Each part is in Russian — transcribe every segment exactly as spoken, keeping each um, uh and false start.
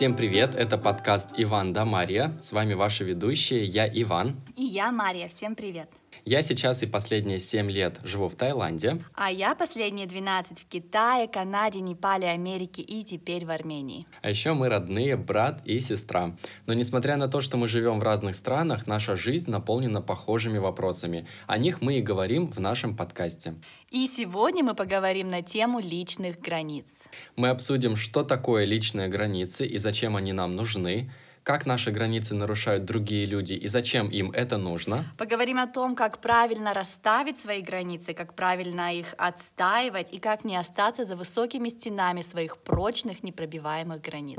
Всем привет, это подкаст «Иван да Мария». С вами ваши ведущие, я Иван. И я Мария, всем привет. Я сейчас и последние семь лет живу в Таиланде. А я последние двенадцать в Китае, Канаде, Непале, Америке и теперь в Армении. А еще мы родные, брат и сестра. Но несмотря на то, что мы живем в разных странах, наша жизнь наполнена похожими вопросами. О них мы и говорим в нашем подкасте. И сегодня мы поговорим на тему личных границ. Мы обсудим, что такое личные границы и зачем они нам нужны, как наши границы нарушают другие люди и зачем им это нужно. Поговорим о том, как правильно расставить свои границы, как правильно их отстаивать и как не остаться за высокими стенами своих прочных, непробиваемых границ.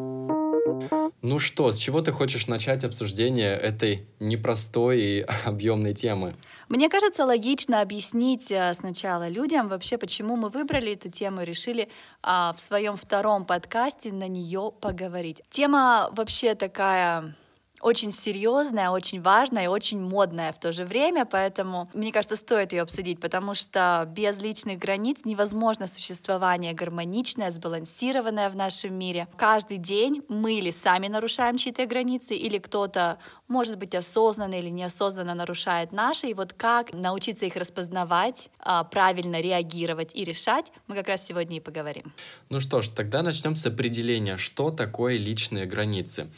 Ну что, с чего ты хочешь начать обсуждение этой непростой и объемной темы? Мне кажется, логично объяснить сначала людям вообще, почему мы выбрали эту тему и решили а, в своем втором подкасте на нее поговорить. Тема вообще такая очень серьезная, очень важная и очень модная в то же время, поэтому, мне кажется, стоит ее обсудить, потому что без личных границ невозможно существование гармоничное, сбалансированное в нашем мире. Каждый день мы или сами нарушаем чьи-то границы, или кто-то, может быть, осознанно или неосознанно нарушает наши, и вот как научиться их распознавать, правильно реагировать и решать, мы как раз сегодня и поговорим. Ну что ж, тогда начнем с определения, что такое личные границы.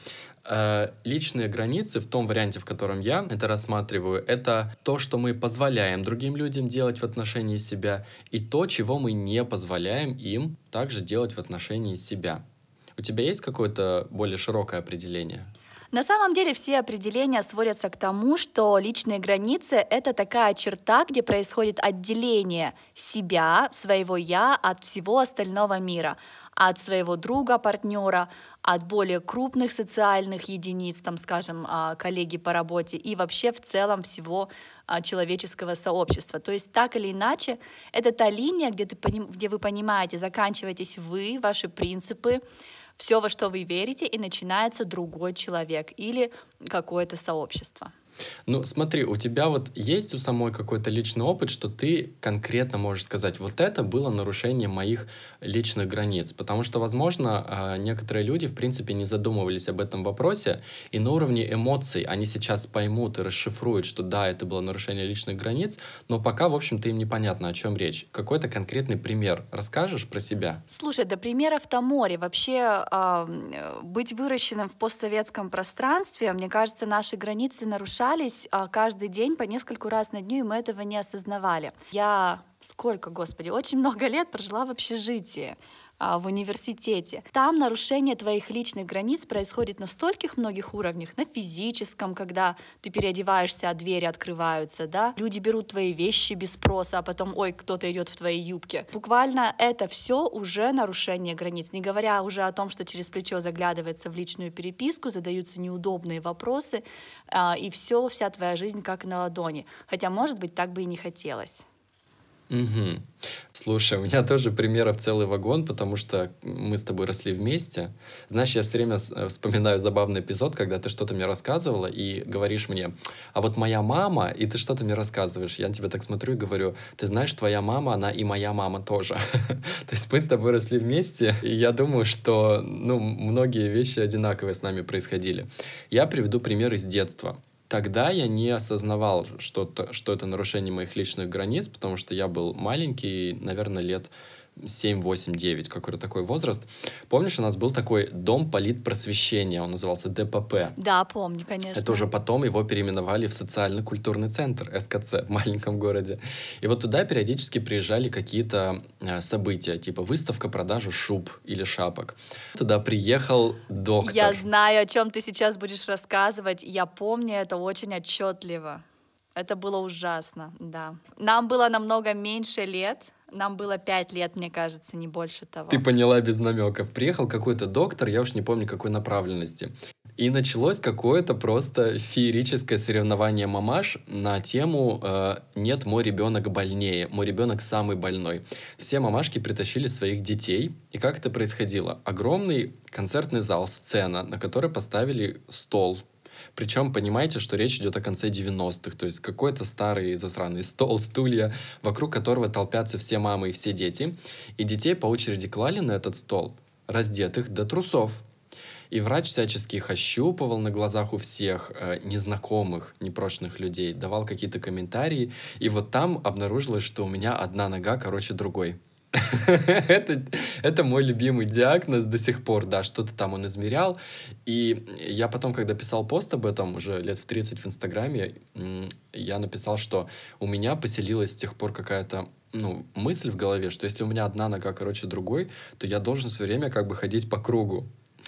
Личные границы в том варианте, в котором я это рассматриваю, это то, что мы позволяем другим людям делать в отношении себя, и то, чего мы не позволяем им также делать в отношении себя. У тебя есть какое-то более широкое определение? На самом деле все определения сводятся к тому, что личные границы — это такая черта, где происходит отделение себя, своего «я» от всего остального мира, от своего друга, партнера, от более крупных социальных единиц, там, скажем, коллеги по работе и вообще в целом всего человеческого сообщества. То есть так или иначе, это та линия, где, ты, где вы понимаете, заканчиваетесь вы, ваши принципы, все, во что вы верите, и начинается другой человек или какое-то сообщество. Ну, смотри, у тебя вот есть у самой какой-то личный опыт, что ты конкретно можешь сказать, вот это было нарушение моих личных границ, потому что, возможно, некоторые люди, в принципе, не задумывались об этом вопросе, и на уровне эмоций они сейчас поймут и расшифруют, что да, это было нарушение личных границ, но пока, в общем-то, им непонятно, о чем речь. Какой-то конкретный пример расскажешь про себя? Слушай, да примеров-то море. Вообще, э, быть выращенным в постсоветском пространстве, мне кажется, наши границы нарушают каждый день по нескольку раз на дню, и мы этого не осознавали. Я сколько, господи, очень много лет прожила в общежитии, в университете. Там нарушение твоих личных границ происходит на стольких многих уровнях. На физическом, когда ты переодеваешься, а двери открываются, да? Люди берут твои вещи без спроса, а потом, ой, кто-то идет в твоей юбке. Буквально это все уже нарушение границ. Не говоря уже о том, что через плечо заглядывается в личную переписку, задаются неудобные вопросы, и все, вся твоя жизнь как на ладони. Хотя, может быть, так бы и не хотелось. Угу. Слушай, у меня тоже примеров целый вагон, потому что мы с тобой росли вместе. Знаешь, я все время вспоминаю забавный эпизод, когда ты что-то мне рассказывала и говоришь мне, а вот моя мама, и ты что-то мне рассказываешь. Я на тебя так смотрю и говорю, ты знаешь, твоя мама, она и моя мама тоже. То есть мы с тобой росли вместе, и я думаю, что ну, многие вещи одинаковые с нами происходили. Я приведу пример из детства. Тогда я не осознавал, что, -то, что это нарушение моих личных границ, потому что я был маленький, наверное, лет семь, восемь, девять, какой-то такой возраст. Помнишь, у нас был такой дом политпросвещения, он назывался Дэ Пэ Пэ. Да, помню, конечно. Это уже потом его переименовали в социально-культурный центр, Эс Ка Цэ, в маленьком городе. И вот туда периодически приезжали какие-то э, события, типа выставка продажи шуб или шапок. Туда приехал доктор. Я знаю, о чем ты сейчас будешь рассказывать. Я помню это очень отчетливо. Это было ужасно, да. Нам было намного меньше лет. Нам было пять лет, мне кажется, не больше того. Ты поняла без намеков. Приехал какой-то доктор, я уж не помню, какой направленности. И началось какое-то просто феерическое соревнование мамаш на тему э, «Нет, мой ребенок больнее, мой ребенок самый больной». Все мамашки притащили своих детей. И как это происходило? Огромный концертный зал, сцена, на которой поставили стол. Причем понимаете, что речь идет о конце девяностых, то есть какой-то старый засранный стол, стулья, вокруг которого толпятся все мамы и все дети. И детей по очереди клали на этот стол, раздетых до трусов. И врач всячески их ощупывал на глазах у всех э, незнакомых, непрошенных людей, давал какие-то комментарии. И вот там обнаружилось, что у меня одна нога короче другой. Это, это мой любимый диагноз до сих пор, да, что-то там он измерял. И я потом, когда писал пост об этом, уже лет в тридцать в Инстаграме, м, я написал, что у меня поселилась с тех пор какая-то, ну, мысль в голове, что если у меня одна нога короче другой, то я должен все время как бы ходить по кругу.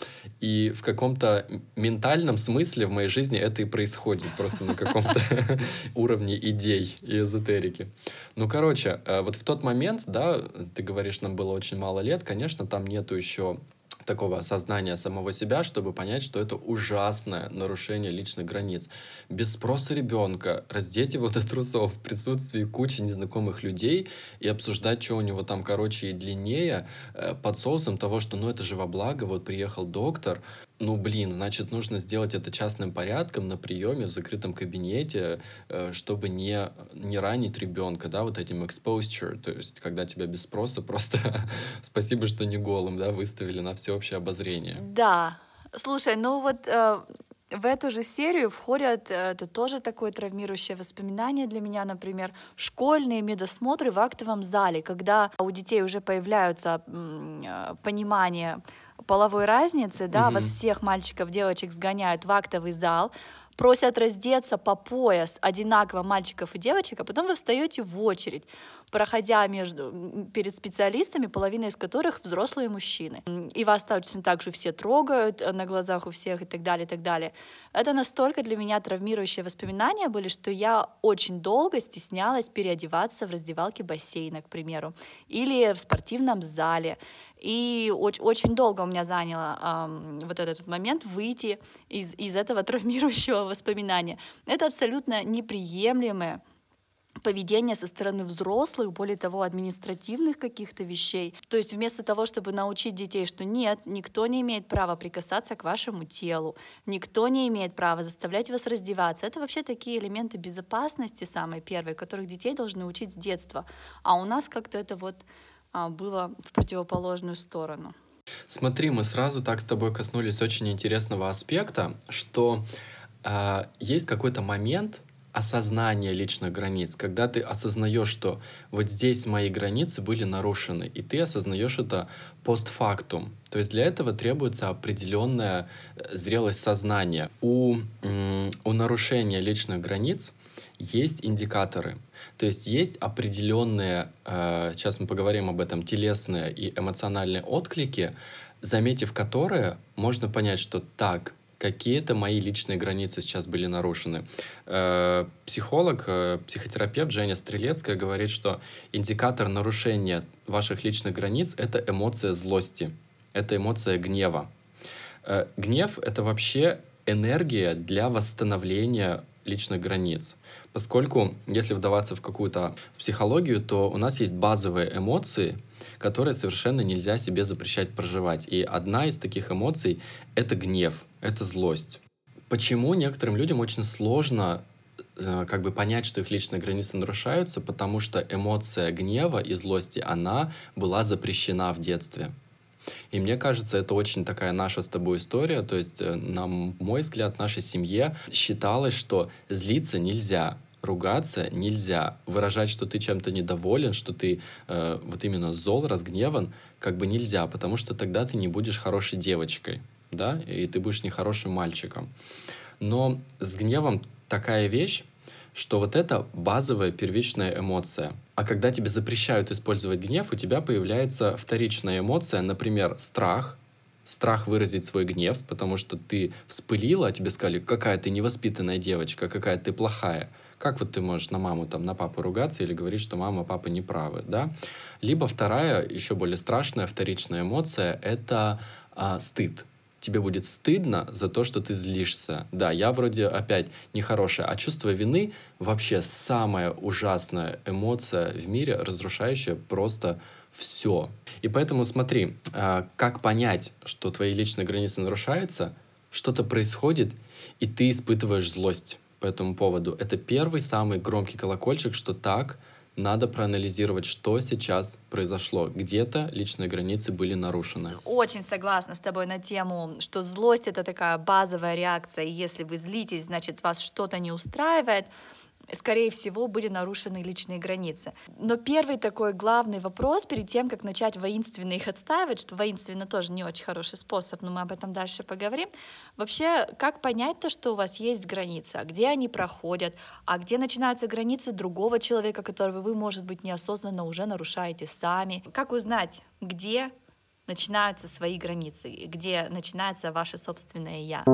И в каком-то м- ментальном смысле в моей жизни это и происходит, просто на каком-то уровне идей и эзотерики. Ну, короче, э, вот в тот момент, да, ты говоришь, нам было очень мало лет, конечно, там нету еще такого осознания самого себя, чтобы понять, что это ужасное нарушение личных границ. Без спроса ребенка раздеть его до трусов в присутствии кучи незнакомых людей и обсуждать, что у него там короче и длиннее, э, под соусом того, что ну это же во благо, вот приехал доктор, ну блин, значит нужно сделать это частным порядком на приеме в закрытом кабинете, э, чтобы не, не ранить ребенка, да, вот этим exposure, то есть когда тебя без спроса просто спасибо, что не голым, да, выставили на всеобщее обозрение. Да, слушай, ну вот э, в эту же серию входят, э, это тоже такое травмирующее воспоминание для меня, например, школьные медосмотры в актовом зале, когда у детей уже появляются м, э, понимание половой разницы, да, вас Мгм. всех мальчиков, девочек сгоняют в актовый зал, просят раздеться по пояс одинаково мальчиков и девочек, а потом вы встаете в очередь, проходя между, м, перед специалистами, половина из которых взрослые мужчины. М, И вас точно так же все трогают э, на глазах у всех и так далее, и так далее. Это настолько для меня травмирующие воспоминания были, что я очень долго стеснялась переодеваться в раздевалке бассейна, к примеру, или в спортивном зале. И оч- очень долго у меня заняло ам, вот этот вот момент выйти из, из этого травмирующего воспоминания. Это абсолютно неприемлемое поведение со стороны взрослых, более того, административных каких-то вещей. То есть вместо того, чтобы научить детей, что нет, никто не имеет права прикасаться к вашему телу, никто не имеет права заставлять вас раздеваться. Это вообще такие элементы безопасности, самые первые, которых детей должны учить с детства. А у нас как-то это вот а, было в противоположную сторону. Смотри, мы сразу так с тобой коснулись очень интересного аспекта, что а, есть какой-то момент осознания личных границ, когда ты осознаешь, что вот здесь мои границы были нарушены, и ты осознаешь это постфактум. То есть для этого требуется определенная э, зрелость сознания. У, м, у нарушения личных границ есть индикаторы. То есть есть определенные, э, сейчас мы поговорим об этом, телесные и эмоциональные отклики, заметив которые, можно понять, что так, какие-то мои личные границы сейчас были нарушены. Э, Психолог, э, психотерапевт Женя Стрелецкая говорит, что индикатор нарушения ваших личных границ — это эмоция злости, это эмоция гнева. Э, Гнев — это вообще энергия для восстановления личных границ. Поскольку, если вдаваться в какую-то психологию, то у нас есть базовые эмоции, которые совершенно нельзя себе запрещать проживать. И одна из таких эмоций — это гнев, это злость. Почему некоторым людям очень сложно э, как бы понять, что их личные границы нарушаются? Потому что эмоция гнева и злости, она была запрещена в детстве. И мне кажется, это очень такая наша с тобой история. То есть, э, на м- мой взгляд, в нашей семье считалось, что злиться нельзя, ругаться нельзя, выражать, что ты чем-то недоволен, что ты э, вот именно зол, разгневан, как бы нельзя, потому что тогда ты не будешь хорошей девочкой, да, и ты будешь нехорошим мальчиком. Но с гневом такая вещь, что вот это базовая первичная эмоция. А когда тебе запрещают использовать гнев, у тебя появляется вторичная эмоция, например, страх. Страх выразить свой гнев, потому что ты вспылила, а тебе сказали, какая ты невоспитанная девочка, какая ты плохая. Как вот ты можешь на маму, там, на папу ругаться или говорить, что мама, папа не правы, да? Либо вторая, еще более страшная вторичная эмоция — это а, стыд. Тебе будет стыдно за то, что ты злишься. Да, я вроде опять нехорошая, а чувство вины вообще самая ужасная эмоция в мире, разрушающая просто все. И поэтому смотри, а, как понять, что твои личные границы нарушаются, что-то происходит, и ты испытываешь злость по этому поводу. Это первый самый громкий колокольчик, что так, Надо проанализировать, что сейчас произошло. Где-то личные границы были нарушены. Очень согласна с тобой на тему, что злость — это такая базовая реакция, и если вы злитесь, значит, вас что-то не устраивает, скорее всего, были нарушены личные границы. Но первый такой главный вопрос перед тем, как начать воинственно их отстаивать, что воинственно тоже не очень хороший способ, но мы об этом дальше поговорим. Вообще, как понять то, что у вас есть границы, а где они проходят, а где начинаются границы другого человека, которого вы, может быть, неосознанно уже нарушаете сами? Как узнать, где начинаются свои границы, где начинается ваше собственное «я»?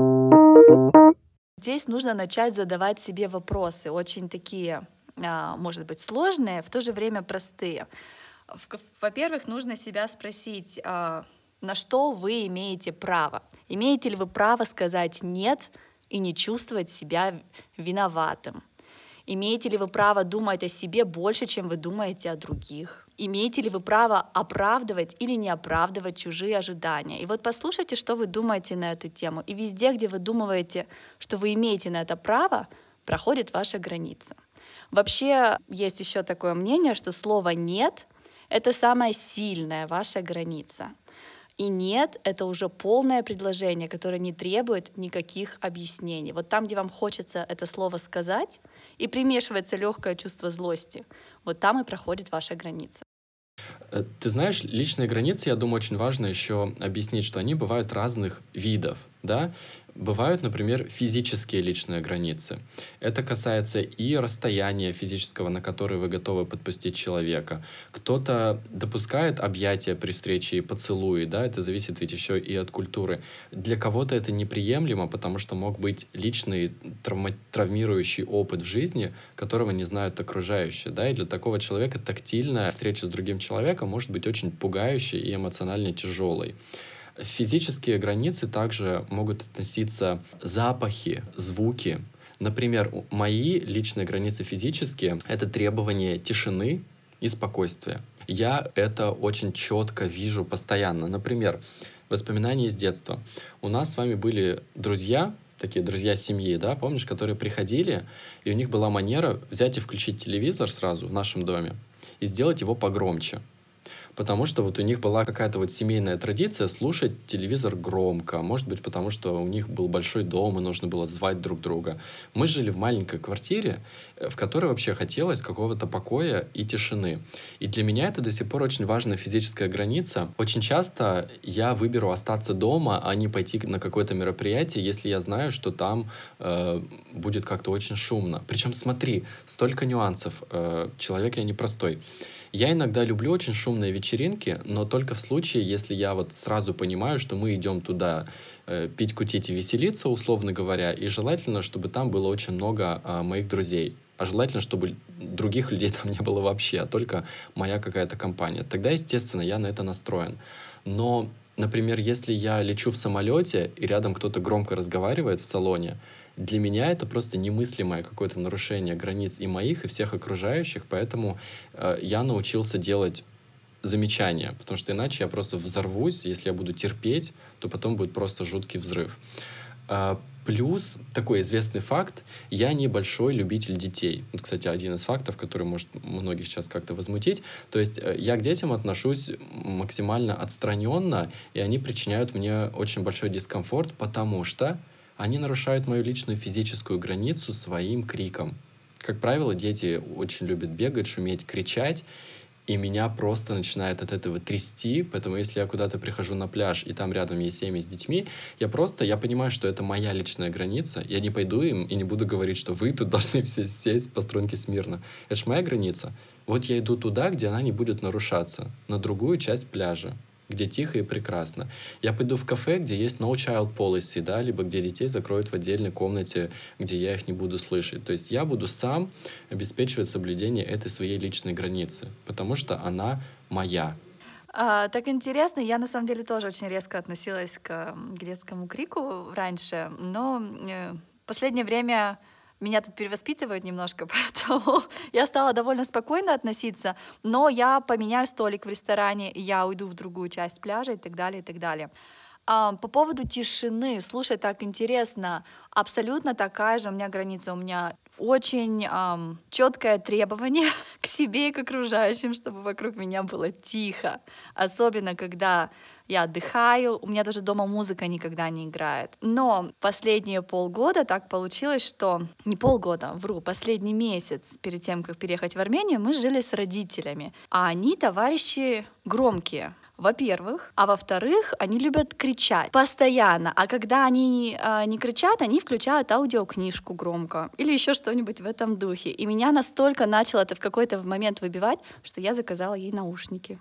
Здесь нужно начать задавать себе вопросы, очень такие, а, может быть, сложные, в то же время простые. В- Во-первых, нужно себя спросить, а, на что вы имеете право. Имеете ли вы право сказать «нет» и не чувствовать себя виноватым? Имеете ли вы право думать о себе больше, чем вы думаете о других? Имеете ли вы право оправдывать или не оправдывать чужие ожидания? И вот послушайте, что вы думаете на эту тему. И везде, где вы думаете, что вы имеете на это право, проходит ваша граница. Вообще есть еще такое мнение, что слово «нет» — это самая сильная ваша граница. И «нет» — это уже полное предложение, которое не требует никаких объяснений. Вот там, где вам хочется это слово сказать, и примешивается легкое чувство злости, вот там и проходит ваша граница. Э, Ты знаешь, личные границы, я думаю, очень важно еще объяснить, что они бывают разных видов, да. Бывают, например, физические личные границы. Это касается и расстояния физического, на которое вы готовы подпустить человека. Кто-то допускает объятия при встрече и поцелуи, да, это зависит ведь еще и от культуры. Для кого-то это неприемлемо, потому что мог быть личный травма- травмирующий опыт в жизни, которого не знают окружающие, да, и для такого человека тактильная встреча с другим человеком может быть очень пугающей и эмоционально тяжелой. Физические границы также могут относиться запахи, звуки. Например, у- мои личные границы физические — это требование тишины и спокойствия. Я это очень четко вижу постоянно. Например, воспоминания из детства. У нас с вами были друзья, такие друзья семьи, да, помнишь, которые приходили, и у них была манера взять и включить телевизор сразу в нашем доме и сделать его погромче. Потому что вот у них была какая-то вот семейная традиция слушать телевизор громко. Может быть, потому что у них был большой дом, и нужно было звать друг друга. Мы жили в маленькой квартире, э, в которой вообще хотелось какого-то покоя и тишины. И для меня это до сих пор очень важная физическая граница. Очень часто я выберу остаться дома, а не пойти на какое-то мероприятие, если я знаю, что там э, будет как-то очень шумно. Причем смотри, столько нюансов. Э, человек я непростой. Я иногда люблю очень шумные вечеринки, но только в случае, если я вот сразу понимаю, что мы идем туда э, пить, кутить и веселиться, условно говоря, и желательно, чтобы там было очень много а, моих друзей. А желательно, чтобы других людей там не было вообще, а только моя какая-то компания. Тогда, естественно, я на это настроен. Но, например, если я лечу в самолете, и рядом кто-то громко разговаривает в салоне, для меня это просто немыслимое какое-то нарушение границ и моих, и всех окружающих, поэтому э, я научился делать замечания, потому что иначе я просто взорвусь, если я буду терпеть, то потом будет просто жуткий взрыв. А, Плюс такой известный факт, я небольшой любитель детей. Вот, кстати, один из фактов, который может многих сейчас как-то возмутить. То есть э, я к детям отношусь максимально отстраненно, и они причиняют мне очень большой дискомфорт, потому что они нарушают мою личную физическую границу своим криком. Как правило, дети очень любят бегать, шуметь, кричать, и меня просто начинает от этого трясти, поэтому если я куда-то прихожу на пляж, и там рядом есть семьи с детьми, я просто, я понимаю, что это моя личная граница, я не пойду им и не буду говорить, что вы тут должны все сесть по струнке смирно. Это же моя граница. Вот я иду туда, где она не будет нарушаться, на другую часть пляжа, где тихо и прекрасно. Я пойду в кафе, где есть no child policy, да, либо где детей закроют в отдельной комнате, где я их не буду слышать. То есть я буду сам обеспечивать соблюдение этой своей личной границы, потому что она моя. А, так интересно, я на самом деле тоже очень резко относилась к м, детскому крику раньше, но э, в последнее время меня тут перевоспитывают немножко, поэтому я стала довольно спокойно относиться, но я поменяю столик в ресторане, и я уйду в другую часть пляжа и так далее, и так далее. А, по поводу тишины, слушай, так интересно, абсолютно такая же у меня граница. У меня очень ам, четкое требование к себе и к окружающим, чтобы вокруг меня было тихо. Особенно, когда я отдыхаю, у меня даже дома музыка никогда не играет. Но последние полгода так получилось, что... Не полгода, вру, последний месяц перед тем, как переехать в Армению, мы жили с родителями. А они товарищи громкие. Во-первых, а во-вторых, они любят кричать постоянно, а когда они э, не кричат, они включают аудиокнижку громко или еще что-нибудь в этом духе. И меня настолько начало это в какой-то момент выбивать, что я заказала ей наушники.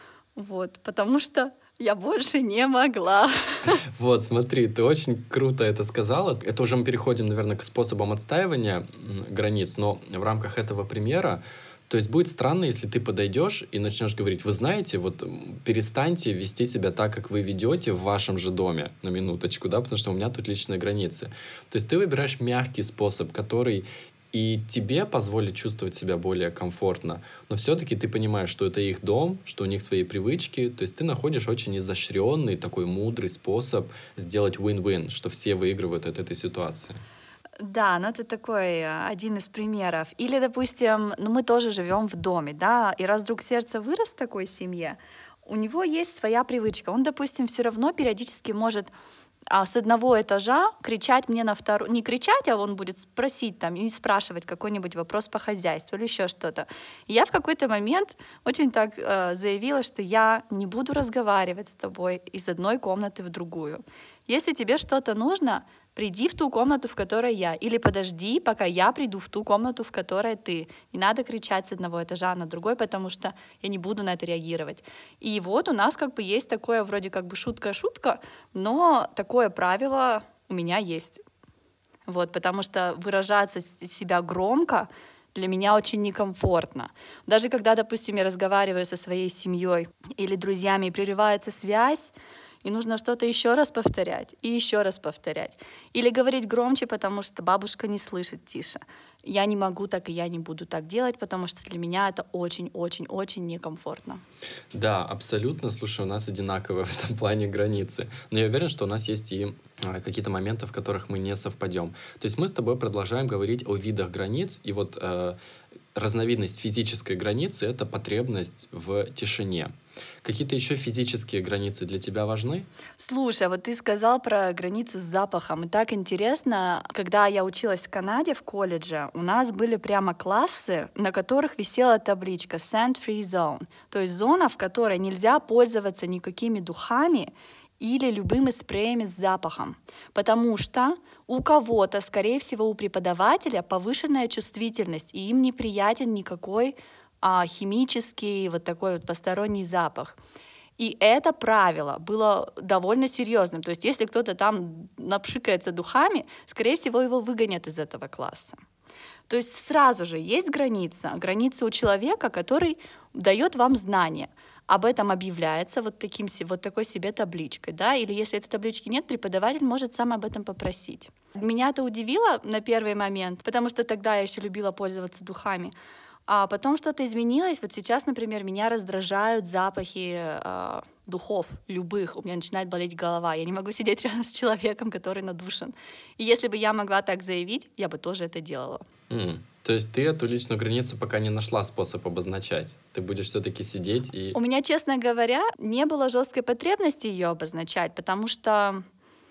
Вот, потому что я больше не могла. Вот, смотри, ты очень круто это сказала. Это уже мы переходим, наверное, к способам отстаивания границ, но в рамках этого примера, то есть будет странно, если ты подойдешь и начнешь говорить: вы знаете, вот перестаньте вести себя так, как вы ведете в вашем же доме, на минуточку, да, потому что у меня тут личные границы. То есть ты выбираешь мягкий способ, который и тебе позволит чувствовать себя более комфортно, но все-таки ты понимаешь, что это их дом, что у них свои привычки, то есть ты находишь очень изощренный, такой мудрый способ сделать win-win, что все выигрывают от этой ситуации. Да, ну это такой э, один из примеров. Или, допустим, ну мы тоже живем в доме, да, и раз вдруг сердце вырос в такой семье, у него есть своя привычка. Он, допустим, все равно периодически может а, с одного этажа кричать мне на второй... Не кричать, а он будет спросить там и спрашивать какой-нибудь вопрос по хозяйству или еще что-то. И я в какой-то момент очень так э, заявила, что я не буду разговаривать с тобой из одной комнаты в другую. Если тебе что-то нужно, приди в ту комнату, в которой я, или подожди, пока я приду в ту комнату, в которой ты. Не надо кричать с одного этажа на другой, потому что я не буду на это реагировать. И вот у нас как бы есть такое вроде как бы шутка-шутка, но такое правило у меня есть. Вот, потому что выражаться себя громко для меня очень некомфортно. Даже когда, допустим, я разговариваю со своей семьей или друзьями, и прерывается связь, и нужно что-то еще раз повторять, и еще раз повторять. Или говорить громче, потому что бабушка не слышит тише. Я не могу так, и я не буду так делать, потому что для меня это очень-очень-очень некомфортно. Да, абсолютно. Слушай, у нас одинаковые в этом плане границы. Но я уверен, что у нас есть и а, какие-то моменты, в которых мы не совпадем. То есть мы с тобой продолжаем говорить о видах границ, и вот э, разновидность физической границы — это потребность в тишине. Какие-то еще физические границы для тебя важны? Слушай, вот ты сказал про границу с запахом. И так интересно, когда я училась в Канаде в колледже, у нас были прямо классы, на которых висела табличка Scent Free Zone, то есть зона, в которой нельзя пользоваться никакими духами или любыми спреями с запахом, потому что у кого-то, скорее всего, у преподавателя повышенная чувствительность, и им неприятен никакой а, химический вот такой вот посторонний запах. И это правило было довольно серьезным. То есть если кто-то там напшикается духами, скорее всего, его выгонят из этого класса. То есть сразу же есть граница, граница у человека, который дает вам знания. Об этом объявляется вот, таким, вот такой себе табличкой, да, или если этой таблички нет, преподаватель может сам об этом попросить. Меня это удивило на первый момент, потому что тогда я еще любила пользоваться духами, а потом что-то изменилось. Вот сейчас, например, меня раздражают запахи э, духов любых, у меня начинает болеть голова, я не могу сидеть рядом с человеком, который надушен. И если бы я могла так заявить, я бы тоже это делала. Mm. То есть ты эту личную границу пока не нашла способ обозначать? Ты будешь все-таки сидеть и... У меня, честно говоря, не было жесткой потребности ее обозначать, потому что,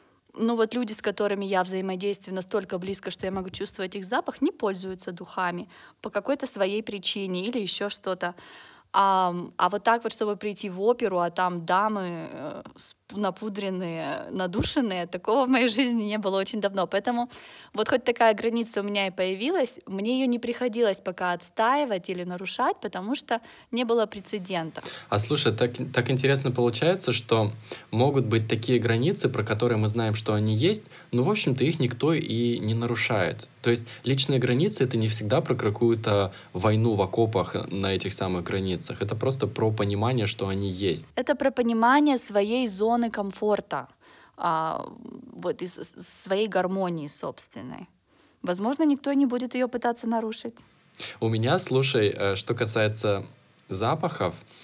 ну вот люди, с которыми я взаимодействую настолько близко, что я могу чувствовать их запах, не пользуются духами по какой-то своей причине или еще что-то. А, а вот так вот, чтобы прийти в оперу, а там дамы э, напудренные, надушенные, такого в моей жизни не было очень давно. Поэтому вот хоть такая граница у меня и появилась, мне ее не приходилось пока отстаивать или нарушать, потому что не было прецедента. А слушай, так, так интересно получается, что могут быть такие границы, про которые мы знаем, что они есть, но, в общем-то, их никто и не нарушает. То есть личные границы — это не всегда про какую-то войну в окопах на этих самых границах. Это просто про понимание, что они есть. Это про понимание своей зоны комфорта, а, вот, из своей гармонии собственной. Возможно, никто не будет ее пытаться нарушить. У меня, слушай, что касается запахов,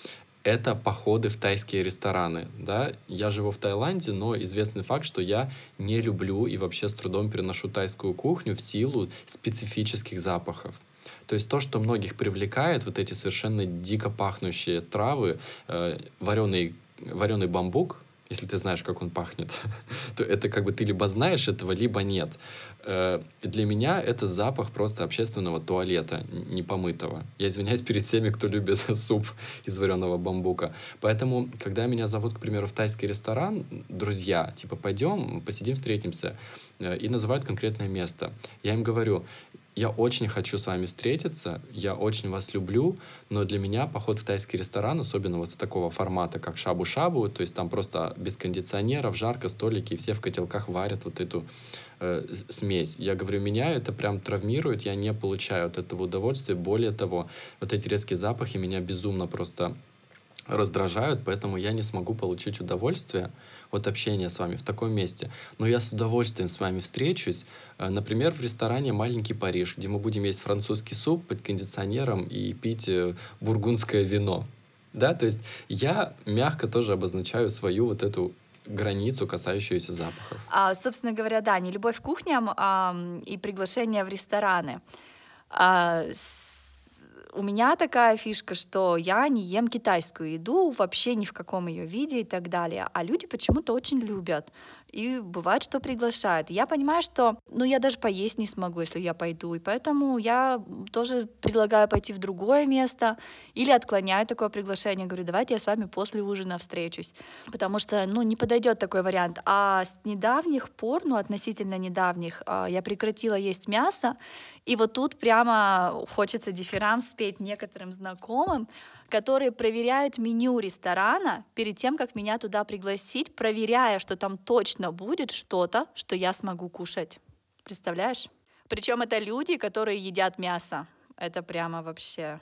это походы в тайские рестораны, да. Я живу в Таиланде, но известный факт, что я не люблю и вообще с трудом переношу тайскую кухню в силу специфических запахов. То есть то, что многих привлекает, вот эти совершенно дико пахнущие травы, э, вареный, вареный бамбук, если ты знаешь, как он пахнет, то это как бы ты либо знаешь этого, либо нет. Э, Для меня это запах просто общественного туалета, н- непомытого. Я извиняюсь перед всеми, кто любит суп из вареного бамбука. Поэтому, когда меня зовут, к примеру, в тайский ресторан, друзья, типа, пойдем, посидим, встретимся, э, и называют конкретное место. Я им говорю, я очень хочу с вами встретиться, я очень вас люблю, но для меня поход в тайский ресторан, особенно вот с такого формата, как шабу-шабу, то есть там просто без кондиционеров, жарко, столики, и все в котелках варят вот эту э, с- смесь. Я говорю, меня это прям травмирует, я не получаю от этого удовольствия. Более того, вот эти резкие запахи меня безумно просто раздражают, поэтому я не смогу получить удовольствие от общения с вами в таком месте. Но я с удовольствием с вами встречусь, э, например, в ресторане «Маленький Париж», где мы будем есть французский суп под кондиционером и пить э, бургундское вино. Да, то есть я мягко тоже обозначаю свою вот эту границу, касающуюся запахов. А, собственно говоря, да, не любовь к кухням ам, и приглашение в рестораны. А, с- У меня такая фишка, что я не ем китайскую еду вообще ни в каком ее виде и так далее, а люди почему-то очень любят. И бывает, что приглашают. И я понимаю, что, ну, я даже поесть не смогу, если я пойду, и поэтому я м, тоже предлагаю пойти в другое место или отклоняю такое приглашение, говорю, давайте я с вами после ужина встречусь, потому что, ну, не подойдет такой вариант. А с недавних пор, ну, относительно недавних, а, я прекратила есть мясо, и вот тут прямо хочется дифирамб спеть некоторым знакомым, которые проверяют меню ресторана перед тем, как меня туда пригласить, проверяя, что там точно будет что-то, что я смогу кушать. Представляешь? Причем это люди, которые едят мясо. Это прямо вообще.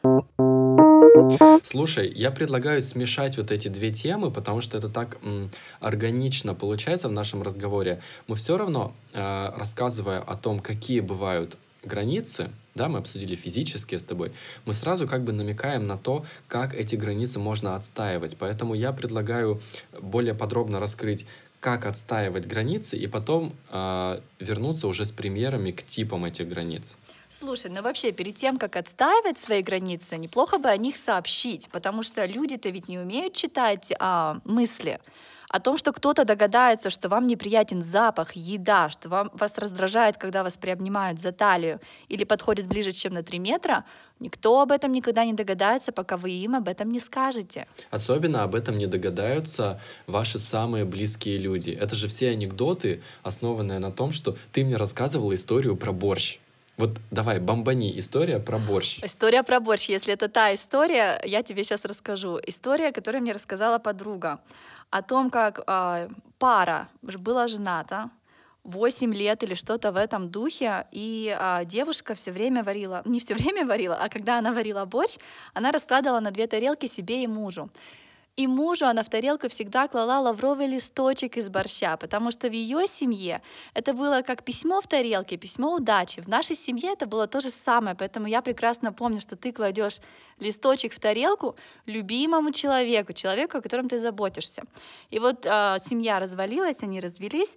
Слушай, я предлагаю смешать вот эти две темы, потому что это так м, органично получается в нашем разговоре. Мы все равно, э, рассказывая о том, какие бывают границы, да, мы обсудили физические с тобой, мы сразу как бы намекаем на то, как эти границы можно отстаивать. Поэтому я предлагаю более подробно раскрыть, как отстаивать границы, и потом э, вернуться уже с примерами к типам этих границ. Слушай, ну вообще, перед тем, как отстаивать свои границы, неплохо бы о них сообщить, потому что люди-то ведь не умеют читать а, мысли. О том, что кто-то догадается, что вам неприятен запах, еда, что вам, вас раздражает, когда вас приобнимают за талию или подходят ближе, чем на три метра, никто об этом никогда не догадается, пока вы им об этом не скажете. Особенно об этом не догадаются ваши самые близкие люди. Это же все анекдоты, основанные на том, что ты мне рассказывала историю про борщ. Вот давай, бомбани, история про борщ. История про борщ. Если это та история, я тебе сейчас расскажу. История, которую мне рассказала подруга о том, как а, пара ж- была жената, восемь лет или что-то в этом духе, и а, девушка все время варила, не все время варила, а когда она варила борщ, она раскладывала на две тарелки себе и мужу. И мужу она в тарелку всегда клала лавровый листочек из борща, потому что в ее семье это было как письмо в тарелке, письмо удачи. В нашей семье это было то же самое, поэтому я прекрасно помню, что ты кладешь листочек в тарелку любимому человеку, человеку, о котором ты заботишься. И вот а, семья развалилась, они развелись,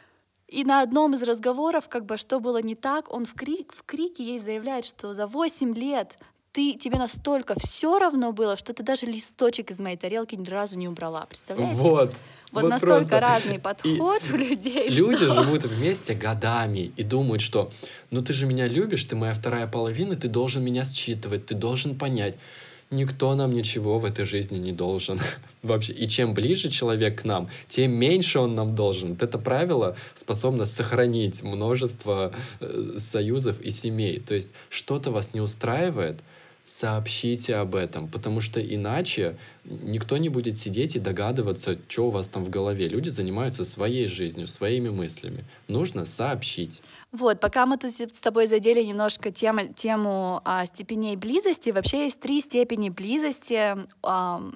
и на одном из разговоров, как бы, что было не так, он в, крик, в крике ей заявляет, что за восемь лет ты, тебе настолько все равно было, что ты даже листочек из моей тарелки ни разу не убрала. Представляете? Вот. Вот Вот настолько просто. разный И подход у людей, люди что... живут вместе годами и думают, что ну ты же меня любишь, ты моя вторая половина, ты должен меня считывать, ты должен понять. Никто нам ничего в этой жизни не должен. Вообще. И чем ближе человек к нам, тем меньше он нам должен. Вот это правило способно сохранить множество э, союзов и семей. То есть что-то вас не устраивает, сообщите об этом, потому что иначе никто не будет сидеть и догадываться, что у вас там в голове. Люди занимаются своей жизнью, своими мыслями. Нужно сообщить. Вот, пока мы тут с тобой задели немножко тему, тему а, степеней близости, вообще есть три степени близости. ам,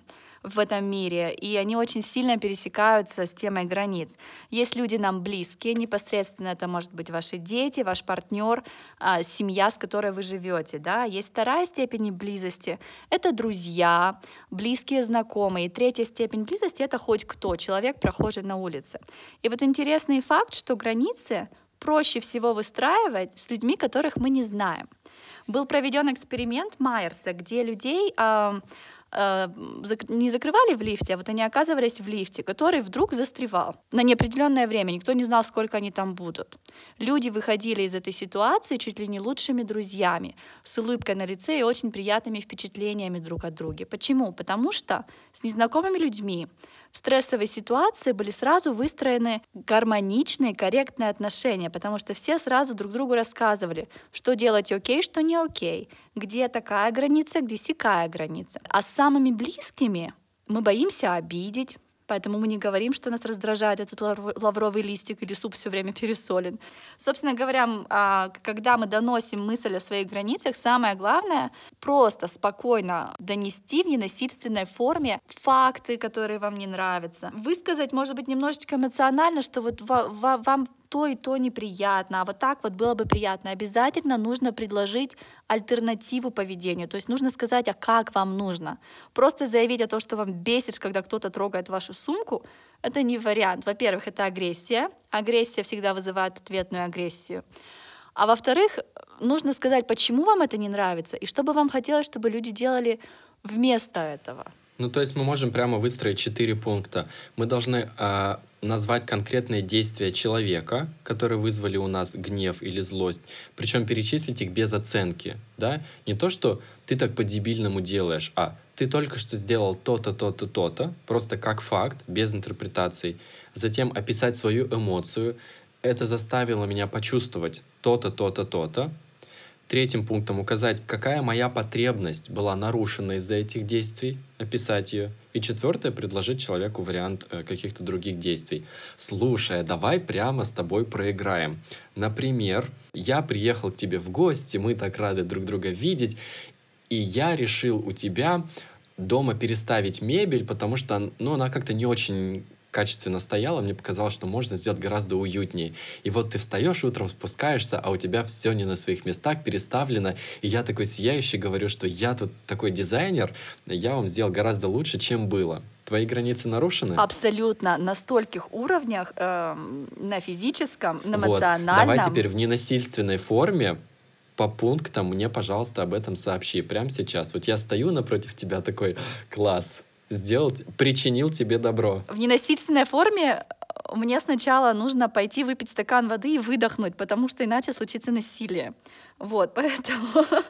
в этом мире, и они очень сильно пересекаются с темой границ. Есть люди нам близкие, непосредственно это может быть ваши дети, ваш партнер, а, семья, с которой вы живете, да. Есть вторая степень близости, это друзья, близкие знакомые. И третья степень близости — это хоть кто, человек, прохожий на улице. И вот интересный факт, что границы проще всего выстраивать с людьми, которых мы не знаем. Был проведен эксперимент Майерса, где людей а, а, зак- не закрывали в лифте, а вот они оказывались в лифте, который вдруг застревал на неопределенное время. Никто не знал, сколько они там будут. Люди выходили из этой ситуации чуть ли не лучшими друзьями, с улыбкой на лице и очень приятными впечатлениями друг от друга. Почему? Потому что с незнакомыми людьми в стрессовой ситуации были сразу выстроены гармоничные, корректные отношения, потому что все сразу друг другу рассказывали, что делать окей, что не окей, где такая граница, где сякая граница. А с самыми близкими мы боимся обидеть, поэтому мы не говорим, что нас раздражает этот лавр- лавровый листик или суп все время пересолен. Собственно говоря, м, а, когда мы доносим мысль о своих границах, самое главное — просто спокойно донести в ненасильственной форме факты, которые вам не нравятся. Высказать, может быть, немножечко эмоционально, что вот ва- ва- вам то и то неприятно, а вот так вот было бы приятно. Обязательно нужно предложить альтернативу поведению. То есть нужно сказать, а как вам нужно. Просто заявить о том, что вам бесит, когда кто-то трогает вашу сумку, это не вариант. Во-первых, это агрессия. Агрессия всегда вызывает ответную агрессию. А во-вторых, нужно сказать, почему вам это не нравится, и что бы вам хотелось, чтобы люди делали вместо этого. Ну, то есть мы можем прямо выстроить четыре пункта. Мы должны а, назвать конкретные действия человека, которые вызвали у нас гнев или злость, причем перечислить их без оценки, да? Не то, что ты так по-дебильному делаешь, а ты только что сделал то-то, то-то, то-то, просто как факт, без интерпретаций. Затем описать свою эмоцию. Это заставило меня почувствовать то-то, то-то, то-то. Третьим пунктом указать, какая моя потребность была нарушена из-за этих действий, описать ее. И четвертое, предложить человеку вариант э, каких-то других действий. Слушай, давай прямо с тобой проиграем. Например, я приехал к тебе в гости, мы так рады друг друга видеть, и я решил у тебя дома переставить мебель, потому что ну, она как-то не очень качественно стояла, мне показалось, что можно сделать гораздо уютнее. И вот ты встаешь утром, спускаешься, а у тебя все не на своих местах, переставлено. И я такой сияющий говорю, что я тут такой дизайнер, я вам сделал гораздо лучше, чем было. Твои границы нарушены? Абсолютно на стольких уровнях, эм, на физическом, на Вот. Давай эмоциональном. теперь в ненасильственной форме по пунктам мне, пожалуйста, об этом сообщи прямо сейчас. Вот я стою напротив тебя такой, класс, сделал, причинил тебе добро. В ненасильственной форме э, мне сначала нужно пойти выпить стакан воды и выдохнуть, потому что иначе случится насилие. Вот, поэтому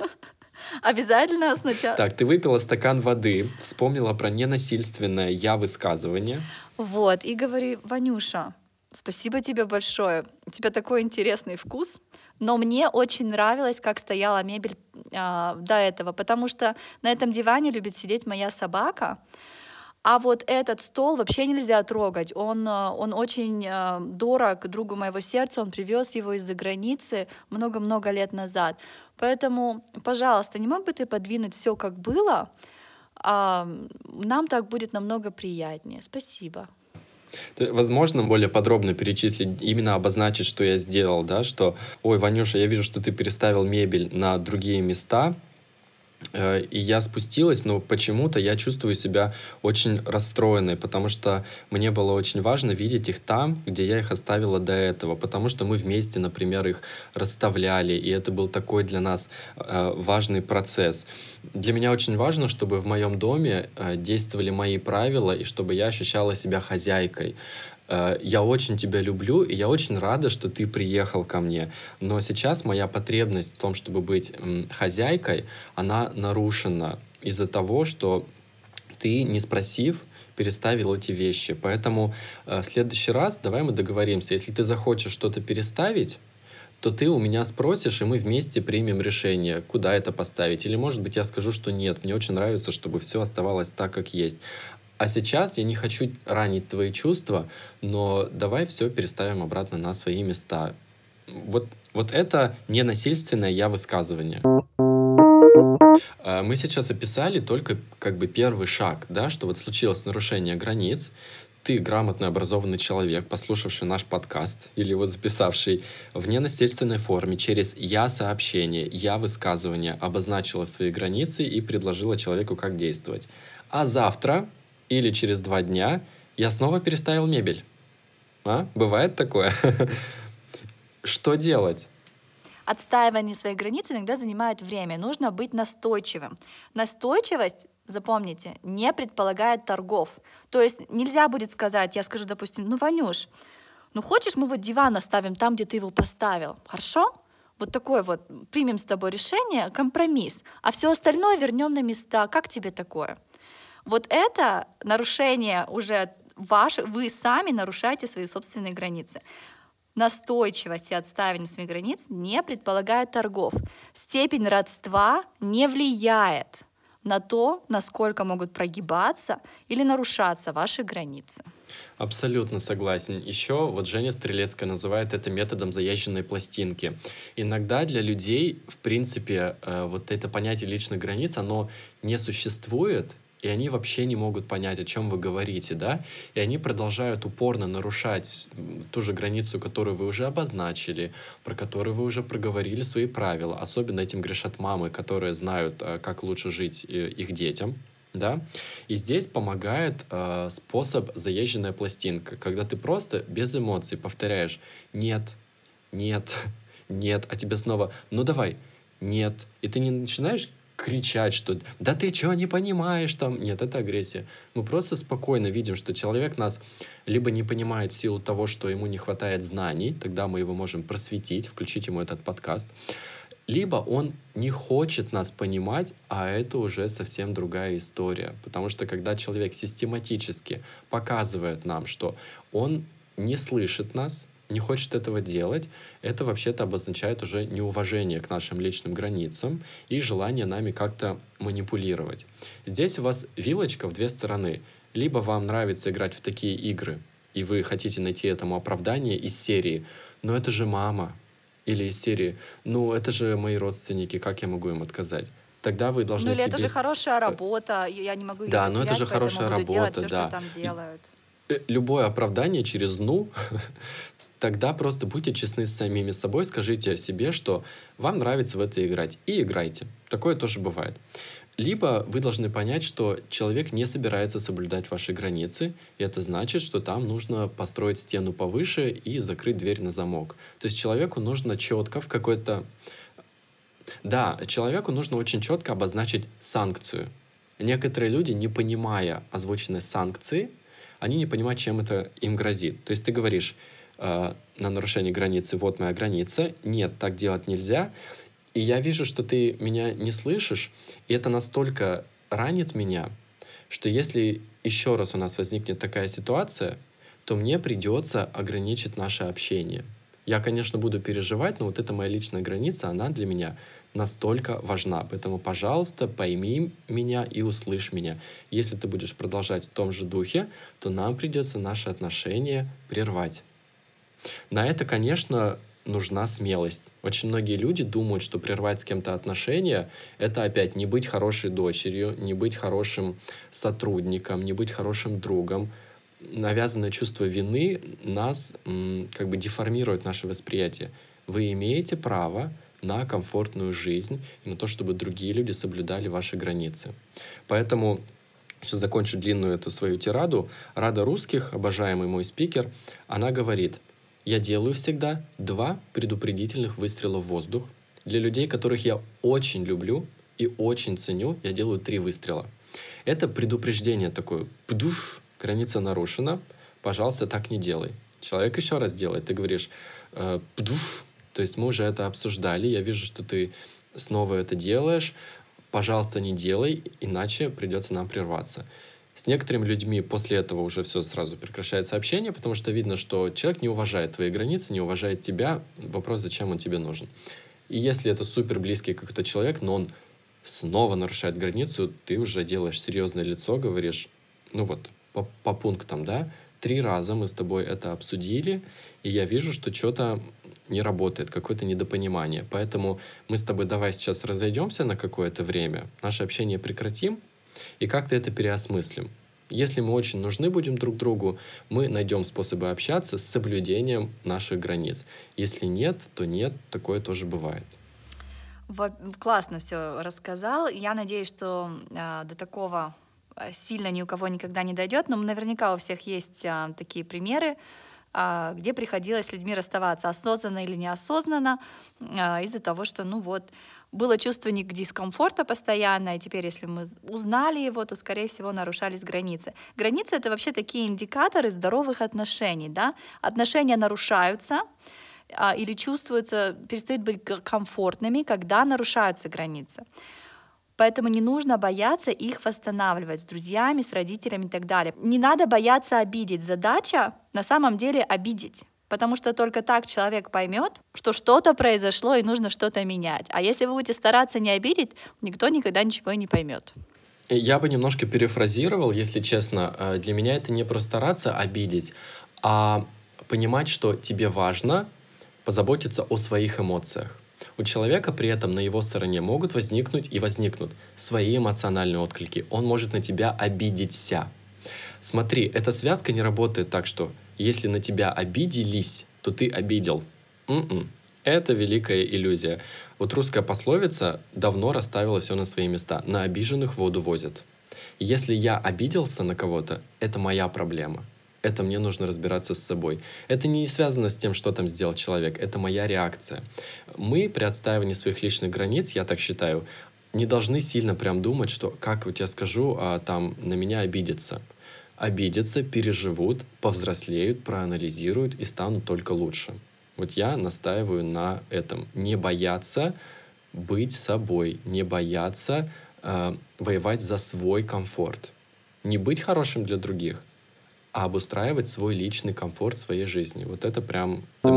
обязательно сначала... Так, ты выпила стакан воды, вспомнила про ненасильственное я-высказывание. Вот, и говорю, Ванюша, спасибо тебе большое, у тебя такой интересный вкус, но мне очень нравилось, как стояла мебель а, до этого, потому что на этом диване любит сидеть моя собака, а вот этот стол вообще нельзя трогать. Он, э, он очень э, дорог другу моего сердца. Он привез его из-за границы много-много лет назад. Поэтому, пожалуйста, не мог бы ты подвинуть все как было? А, нам так будет намного приятнее. Спасибо. То есть, возможно, более подробно перечислить, именно обозначить, что я сделал, да, что, ой, Ванюша, я вижу, что ты переставил мебель на другие места, э, и я спустилась, но почему-то я чувствую себя очень расстроенной, потому что мне было очень важно видеть их там, где я их оставила до этого, потому что мы вместе, например, их расставляли, и это был такой для нас э, важный процесс. Для меня очень важно, чтобы в моем доме э, действовали мои правила, и чтобы я ощущала себя хозяйкой. Э, я очень тебя люблю, и я очень рада, что ты приехал ко мне. Но сейчас моя потребность в том, чтобы быть м, хозяйкой, она нарушена из-за того, что ты, не спросив, переставил эти вещи. Поэтому э, в следующий раз давай мы договоримся. Если ты захочешь что-то переставить, то ты у меня спросишь, и мы вместе примем решение, куда это поставить. Или, может быть, я скажу, что нет, мне очень нравится, чтобы все оставалось так, как есть. А сейчас я не хочу ранить твои чувства, но давай все переставим обратно на свои места. Вот, вот это ненасильственное я-высказывание. А, Мы сейчас описали только как бы первый шаг, да, что вот случилось нарушение границ, ты грамотный, образованный человек, послушавший наш подкаст или его записавший в ненасильственной форме через «я-сообщение», «я-высказывание» обозначила свои границы и предложила человеку, как действовать. А завтра или через два дня я снова переставил мебель. А? Бывает такое? Что делать? Отстаивание своих границ иногда занимает время. Нужно быть настойчивым. Настойчивость, запомните, не предполагает торгов. То есть нельзя будет сказать, я скажу, допустим, ну, Ванюш, ну хочешь, мы вот диван оставим там, где ты его поставил, хорошо? Вот такое вот, примем с тобой решение, компромисс, а все остальное вернем на места. Как тебе такое? Вот это нарушение уже ваше, вы сами нарушаете свои собственные границы. Настойчивость и отстаивание своих границ не предполагает торгов. Степень родства не влияет на то, насколько могут прогибаться или нарушаться ваши границы. Абсолютно согласен. Еще вот Женя Стрелецкая называет это методом заезженной пластинки. Иногда для людей, в принципе, э, вот это понятие личных границ, оно не существует, и они вообще не могут понять, о чем вы говорите, да, и они продолжают упорно нарушать вс- м, ту же границу, которую вы уже обозначили, про которую вы уже проговорили свои правила. Особенно этим грешат мамы, которые знают, э, как лучше жить э, их детям, да. И здесь помогает э, способ заезженная пластинка, когда ты просто без эмоций повторяешь «нет, нет, нет», а тебе снова «ну давай, нет». И ты не начинаешь кричать, что «да ты чего не понимаешь там». Нет, это агрессия. Мы просто спокойно видим, что человек нас либо не понимает в силу того, что ему не хватает знаний, тогда мы его можем просветить, включить ему этот подкаст, либо он не хочет нас понимать, а это уже совсем другая история. Потому что когда человек систематически показывает нам, что он не слышит нас, не хочет этого делать, это вообще-то обозначает уже неуважение к нашим личным границам и желание нами как-то манипулировать. Здесь у вас вилочка в две стороны. Либо вам нравится играть в такие игры, и вы хотите найти этому оправдание из серии «но это же мама», или из серии «ну это же мои родственники, как я могу им отказать?» Тогда вы Ну должны или это же себе... хорошая работа, и я не могу ее Да, но это потерять, же поэтому хорошая буду делать работа, все, что да. там И, делают. э, Любое оправдание через «ну», тогда просто будьте честны с самими собой, скажите себе, что вам нравится в это играть, и играйте. Такое тоже бывает. Либо вы должны понять, что человек не собирается соблюдать ваши границы, и это значит, что там нужно построить стену повыше и закрыть дверь на замок. То есть человеку нужно четко в какой-то... Да, человеку нужно очень четко обозначить санкцию. Некоторые люди, не понимая озвученной санкции, они не понимают, чем это им грозит. То есть ты говоришь э, на нарушение границы, вот моя граница, нет, так делать нельзя, и я вижу, что ты меня не слышишь, и это настолько ранит меня, что если еще раз у нас возникнет такая ситуация, то мне придется ограничить наше общение. Я, конечно, буду переживать, но вот эта моя личная граница, она для меня настолько важна. Поэтому, пожалуйста, пойми меня и услышь меня. Если ты будешь продолжать в том же духе, то нам придется наши отношения прервать. На это, конечно, нужна смелость. Очень многие люди думают, что прервать с кем-то отношения — это опять не быть хорошей дочерью, не быть хорошим сотрудником, не быть хорошим другом. Навязанное чувство вины нас м, как бы деформирует наше восприятие. Вы имеете право на комфортную жизнь и на то, чтобы другие люди соблюдали ваши границы. Поэтому, сейчас закончу длинную эту свою тираду, Рада Русских, обожаемый мой спикер, она говорит: я делаю всегда два предупредительных выстрела в воздух. Для людей, которых я очень люблю и очень ценю, я делаю три выстрела. Это предупреждение такое: пдуш, граница нарушена, пожалуйста, так не делай. Человек еще раз делает, ты говоришь э, пдуш, то есть мы уже это обсуждали, я вижу, что ты снова это делаешь, пожалуйста, не делай, иначе придется нам прерваться. С некоторыми людьми после этого уже все сразу прекращается общение, потому что видно, что человек не уважает твои границы, не уважает тебя. Вопрос, зачем он тебе нужен. И если это супер близкий какой-то человек, но он снова нарушает границу, ты уже делаешь серьезное лицо, говоришь, ну вот, по, по пунктам, да, Три раза мы с тобой это обсудили, и я вижу, что что-то не работает, какое-то недопонимание. Поэтому мы с тобой давай сейчас разойдемся на какое-то время, наше общение прекратим и как-то это переосмыслим. Если мы очень нужны будем друг другу, мы найдем способы общаться с соблюдением наших границ. Если нет, то нет, такое тоже бывает. Во- Классно все рассказал. Я надеюсь, что а, до такого а, сильно ни у кого никогда не дойдет, но наверняка у всех есть а, такие примеры, а, где приходилось с людьми расставаться осознанно или неосознанно а, из-за того, что, ну вот, было чувство не- дискомфорта постоянно, и теперь, если мы узнали его, то, скорее всего, нарушались границы. Границы — это вообще такие индикаторы здоровых отношений, да? Отношения нарушаются, а, или чувствуются, перестают быть г- комфортными, когда нарушаются границы. Поэтому не нужно бояться их восстанавливать с друзьями, с родителями и так далее. Не надо бояться обидеть. Задача на самом деле обидеть. Потому что только так человек поймет, что что-то произошло и нужно что-то менять. А если вы будете стараться не обидеть, никто никогда ничего и не поймет. И Я бы немножко перефразировал, если честно. Э, Для меня это не про стараться обидеть, а понимать, что тебе важно позаботиться о своих эмоциях. У человека при этом на его стороне могут возникнуть и возникнут свои эмоциональные отклики. Он может на тебя обидеться. Смотри, эта связка не работает так, что если на тебя обиделись, то ты обидел. М-м. Это великая иллюзия. Вот русская пословица давно расставила все на свои места. На обиженных воду возят. Если я обиделся на кого-то, это моя проблема. Это мне нужно разбираться с собой. Это не связано с тем, что там сделал человек. Это моя реакция. Мы при отстаивании своих личных границ, я так считаю, не должны сильно прям думать, что как вот я скажу, а там на меня обидятся. Обидятся, переживут, повзрослеют, проанализируют и станут только лучше. Вот я настаиваю на этом. Не бояться быть собой, не бояться э, воевать за свой комфорт. Не быть хорошим для других, а обустраивать свой личный комфорт своей жизни. Вот это прям the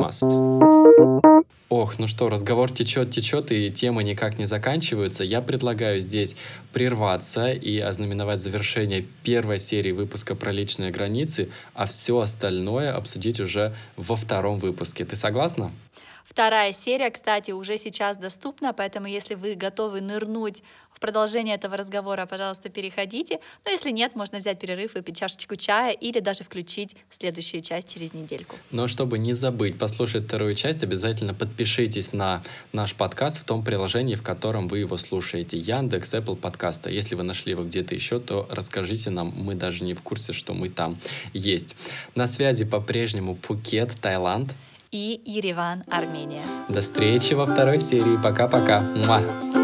must. Ох, ну что, разговор течет, течет, и темы никак не заканчиваются. Я предлагаю здесь прерваться и ознаменовать завершение первой серии выпуска про личные границы, а все остальное обсудить уже во втором выпуске. Ты согласна? Вторая серия, кстати, уже сейчас доступна, поэтому если вы готовы нырнуть в продолжение этого разговора, пожалуйста, переходите. Но если нет, можно взять перерыв, выпить чашечку чая или даже включить следующую часть через недельку. Но чтобы не забыть послушать вторую часть, обязательно подпишитесь на наш подкаст в том приложении, в котором вы его слушаете. Яндекс, Apple подкаста. Если вы нашли его где-то еще, то расскажите нам. Мы даже не в курсе, что мы там есть. На связи по-прежнему Пхукет, Таиланд. И Ереван, Армения. До встречи во второй серии. Пока-пока. Муа.